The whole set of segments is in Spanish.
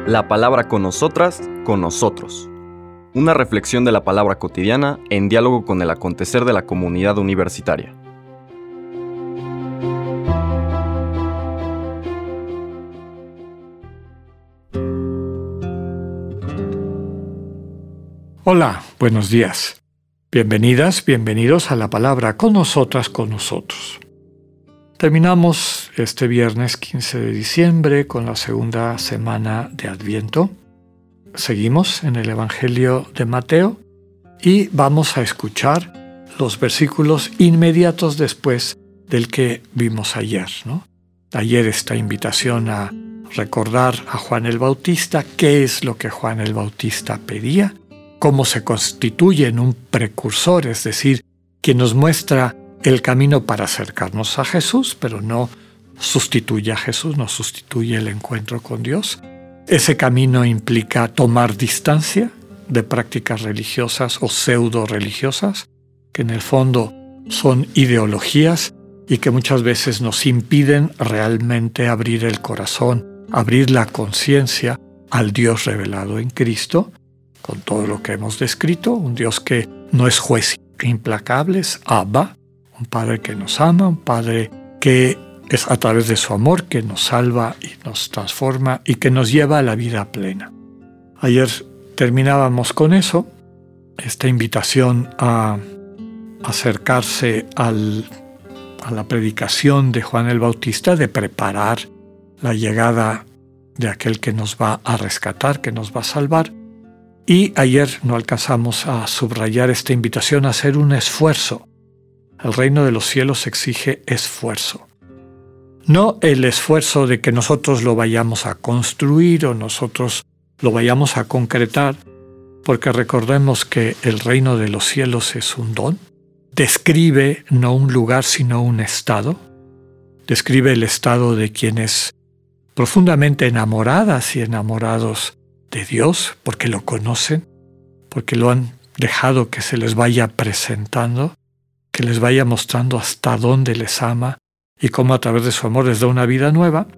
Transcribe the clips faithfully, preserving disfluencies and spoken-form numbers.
La palabra con nosotras, con nosotros. Una reflexión de la palabra cotidiana en diálogo con el acontecer de la comunidad universitaria. Hola, buenos días. Bienvenidas, bienvenidos a la palabra con nosotras, con nosotros. Terminamos este viernes quince de diciembre con la segunda semana de Adviento. Seguimos en el Evangelio de Mateo y vamos a escuchar los versículos inmediatos después del que vimos ayer, ¿no? Ayer esta invitación a recordar a Juan el Bautista, qué es lo que Juan el Bautista pedía, cómo se constituye en un precursor, es decir, quien nos muestra el camino para acercarnos a Jesús, pero no sustituye a Jesús, no sustituye el encuentro con Dios. Ese camino implica tomar distancia de prácticas religiosas o pseudo-religiosas, que en el fondo son ideologías y que muchas veces nos impiden realmente abrir el corazón, abrir la conciencia al Dios revelado en Cristo, con todo lo que hemos descrito, un Dios que no es juez implacable, es Abba, un Padre que nos ama, un Padre que es a través de su amor que nos salva y nos transforma y que nos lleva a la vida plena. Ayer terminábamos con eso, esta invitación a acercarse al, a la predicación de Juan el Bautista, de preparar la llegada de aquel que nos va a rescatar, que nos va a salvar. Y ayer no alcanzamos a subrayar esta invitación a hacer un esfuerzo. El reino de los cielos exige esfuerzo. No el esfuerzo de que nosotros lo vayamos a construir o nosotros lo vayamos a concretar, porque recordemos que el reino de los cielos es un don. Describe no un lugar, sino un estado. Describe el estado de quienes profundamente enamoradas y enamorados de Dios, porque lo conocen, porque lo han dejado que se les vaya presentando, que les vaya mostrando hasta dónde les ama y cómo a través de su amor les da una vida nueva.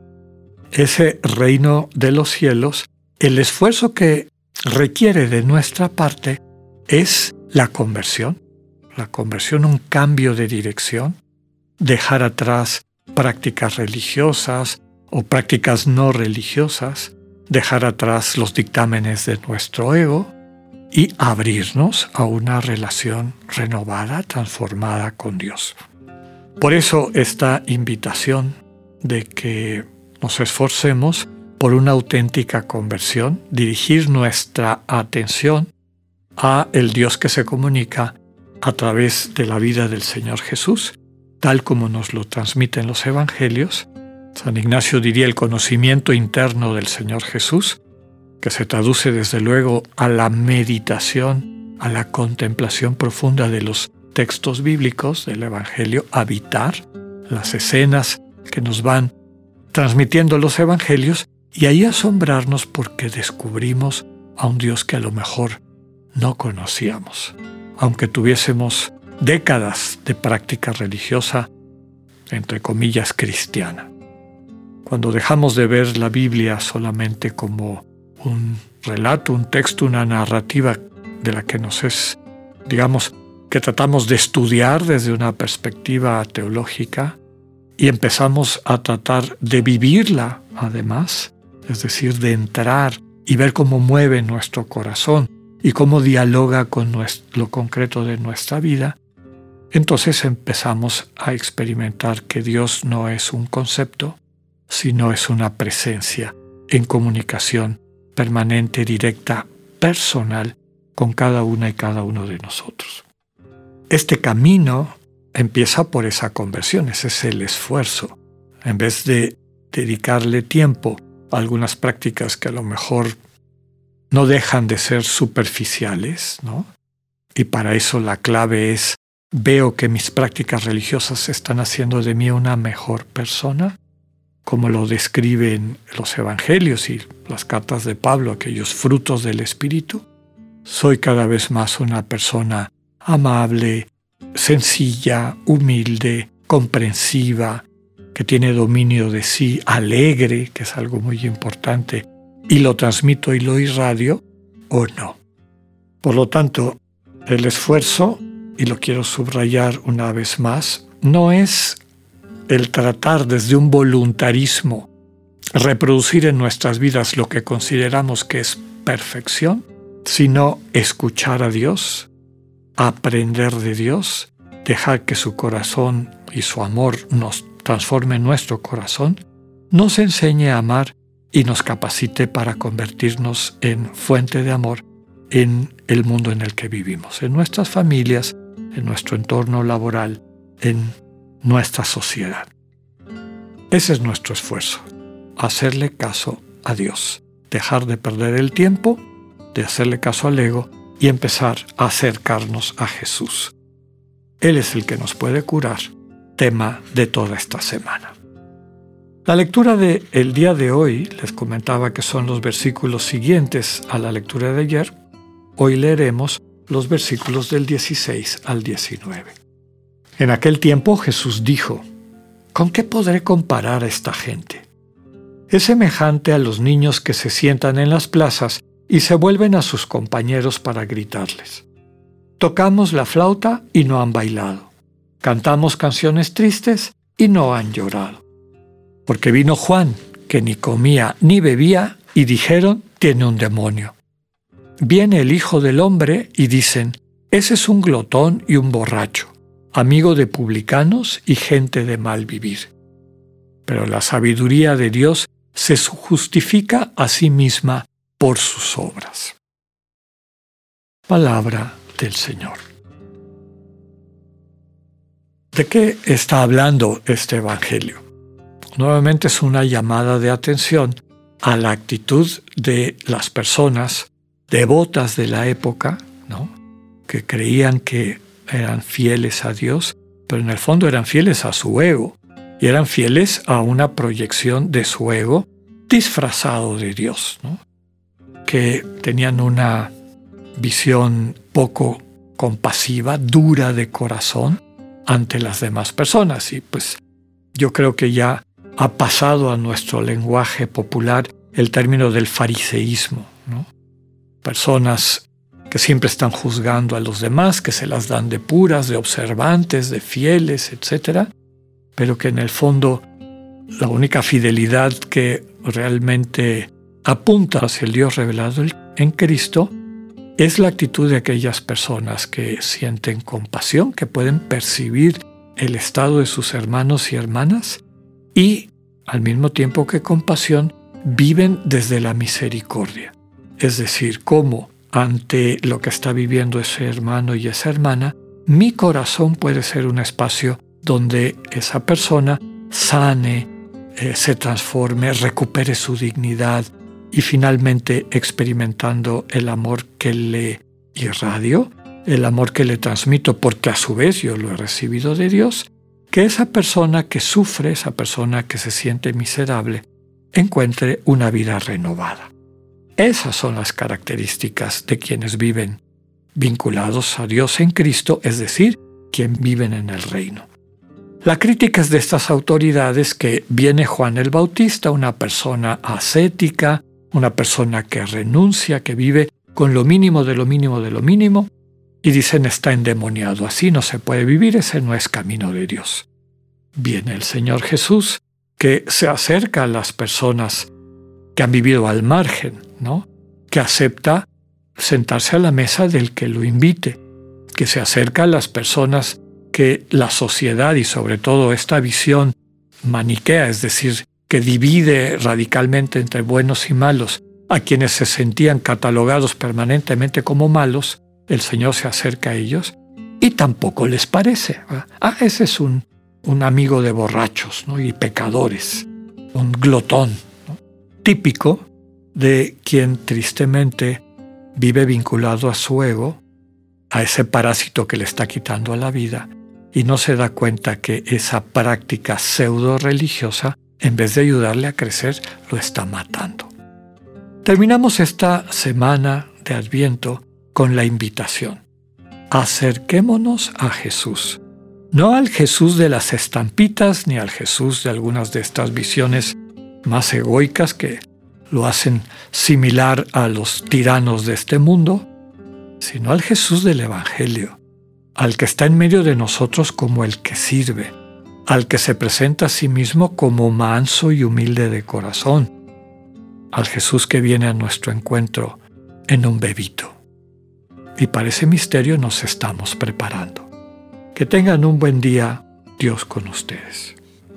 Ese reino de los cielos, el esfuerzo que requiere de nuestra parte es la conversión. La conversión, un cambio de dirección, dejar atrás prácticas religiosas o prácticas no religiosas, dejar atrás los dictámenes de nuestro ego y abrirnos a una relación renovada, transformada con Dios. Por eso esta invitación de que nos esforcemos por una auténtica conversión, dirigir nuestra atención a el Dios que se comunica a través de la vida del Señor Jesús, tal como nos lo transmiten los Evangelios. San Ignacio diría el conocimiento interno del Señor Jesús, que se traduce desde luego a la meditación, a la contemplación profunda de los textos bíblicos del Evangelio, habitar las escenas que nos van transmitiendo los Evangelios y ahí asombrarnos porque descubrimos a un Dios que a lo mejor no conocíamos, aunque tuviésemos décadas de práctica religiosa, entre comillas, cristiana. Cuando dejamos de ver la Biblia solamente como un relato, un texto, una narrativa de la que nos es, digamos, que tratamos de estudiar desde una perspectiva teológica y empezamos a tratar de vivirla, además, es decir, de entrar y ver cómo mueve nuestro corazón y cómo dialoga con nuestro, lo concreto de nuestra vida, entonces empezamos a experimentar que Dios no es un concepto, sino es una presencia en comunicación permanente, directa, personal con cada una y cada uno de nosotros. Este camino empieza por esa conversión, ese es el esfuerzo. En vez de dedicarle tiempo a algunas prácticas que a lo mejor no dejan de ser superficiales, ¿no? Y para eso la clave es, veo que mis prácticas religiosas están haciendo de mí una mejor persona, como lo describen los evangelios y las cartas de Pablo, aquellos frutos del Espíritu. Soy cada vez más una persona amable, sencilla, humilde, comprensiva, que tiene dominio de sí, alegre, que es algo muy importante y lo transmito y lo irradio o no. Por lo tanto, el esfuerzo, y lo quiero subrayar una vez más, no es el tratar desde un voluntarismo reproducir en nuestras vidas lo que consideramos que es perfección, sino escuchar a Dios, aprender de Dios, dejar que su corazón y su amor nos transforme nuestro corazón, nos enseñe a amar y nos capacite para convertirnos en fuente de amor en el mundo en el que vivimos, en nuestras familias, en nuestro entorno laboral, en nuestra sociedad. Ese es nuestro esfuerzo, hacerle caso a Dios, dejar de perder el tiempo, de hacerle caso al ego y empezar a acercarnos a Jesús. Él es el que nos puede curar, tema de toda esta semana. La lectura del día de hoy, les comentaba que son los versículos siguientes a la lectura de ayer. Hoy leeremos los versículos del dieciséis al diecinueve. En aquel tiempo Jesús dijo: ¿Con qué podré comparar a esta gente? Es semejante a los niños que se sientan en las plazas y se vuelven a sus compañeros para gritarles: Tocamos la flauta y no han bailado. Cantamos canciones tristes y no han llorado. Porque vino Juan, que ni comía ni bebía, y dijeron: tiene un demonio. Viene el Hijo del Hombre y dicen: ese es un glotón y un borracho, amigo de publicanos y gente de mal vivir. Pero la sabiduría de Dios se justifica a sí misma por sus obras. Palabra del Señor. ¿De qué está hablando este Evangelio? Nuevamente es una llamada de atención a la actitud de las personas devotas de la época, ¿no?, que creían que eran fieles a Dios, pero en el fondo eran fieles a su ego, y eran fieles a una proyección de su ego disfrazado de Dios, ¿no?, que tenían una visión poco compasiva, dura de corazón ante las demás personas. Y pues yo creo que ya ha pasado a nuestro lenguaje popular el término del fariseísmo, ¿no? Personas que siempre están juzgando a los demás, que se las dan de puras, de observantes, de fieles, etcétera, pero que en el fondo la única fidelidad que realmente apunta hacia el Dios revelado en Cristo es la actitud de aquellas personas que sienten compasión, que pueden percibir el estado de sus hermanos y hermanas y, al mismo tiempo que compasión, viven desde la misericordia. Es decir, cómo ante lo que está viviendo ese hermano y esa hermana, mi corazón puede ser un espacio donde esa persona sane, eh, se transforme, recupere su dignidad y finalmente experimentando el amor que le irradio, el amor que le transmito porque a su vez yo lo he recibido de Dios, que esa persona que sufre, esa persona que se siente miserable, encuentre una vida renovada. Esas son las características de quienes viven vinculados a Dios en Cristo, es decir, quienes viven en el reino. La crítica es de estas autoridades que viene Juan el Bautista, una persona ascética, una persona que renuncia, que vive con lo mínimo de lo mínimo de lo mínimo, y dicen está endemoniado, así no se puede vivir, ese no es camino de Dios. Viene el Señor Jesús, que se acerca a las personas que han vivido al margen, ¿no?, que acepta sentarse a la mesa del que lo invite, que se acerca a las personas que la sociedad y sobre todo esta visión maniquea, es decir, que divide radicalmente entre buenos y malos, a quienes se sentían catalogados permanentemente como malos, el Señor se acerca a ellos y tampoco les parece. Ah, ese es un, un amigo de borrachos, ¿no?, y pecadores, un glotón, ¿no?, típico de quien tristemente vive vinculado a su ego, a ese parásito que le está quitando a la vida, y no se da cuenta que esa práctica pseudo-religiosa, en vez de ayudarle a crecer, lo está matando. Terminamos esta semana de Adviento con la invitación. Acerquémonos a Jesús. No al Jesús de las estampitas, ni al Jesús de algunas de estas visiones más egoicas que lo hacen similar a los tiranos de este mundo, sino al Jesús del Evangelio, al que está en medio de nosotros como el que sirve, al que se presenta a sí mismo como manso y humilde de corazón, al Jesús que viene a nuestro encuentro en un bebito. Y para ese misterio nos estamos preparando. Que tengan un buen día, Dios con ustedes.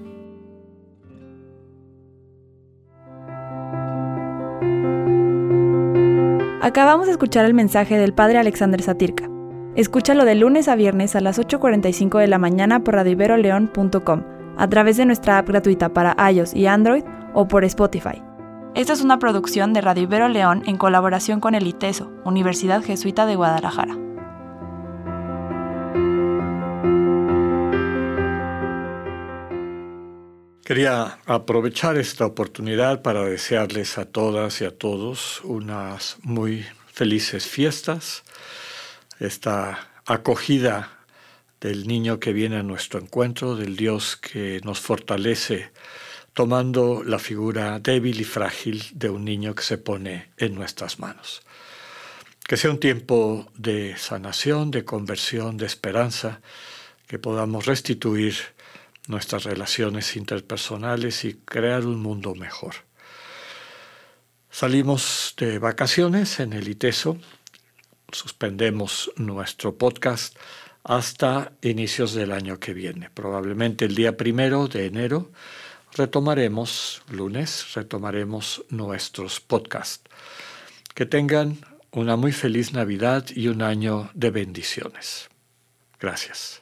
Acabamos de escuchar el mensaje del Padre Alexander Satirka. Escúchalo de lunes a viernes a las ocho cuarenta y cinco de la mañana por radio ibero león punto com, a través de nuestra app gratuita para iOS y Android o por Spotify. Esta es una producción de Radio Ibero León en colaboración con el ITESO, Universidad Jesuita de Guadalajara. Quería aprovechar esta oportunidad para desearles a todas y a todos unas muy felices fiestas, esta acogida del niño que viene a nuestro encuentro, del Dios que nos fortalece tomando la figura débil y frágil de un niño que se pone en nuestras manos. Que sea un tiempo de sanación, de conversión, de esperanza, que podamos restituir nuestras relaciones interpersonales y crear un mundo mejor. Salimos de vacaciones en el ITESO, suspendemos nuestro podcast hasta inicios del año que viene. Probablemente el día primero de enero retomaremos, lunes, retomaremos nuestros podcasts. Que tengan una muy feliz Navidad y un año de bendiciones. Gracias.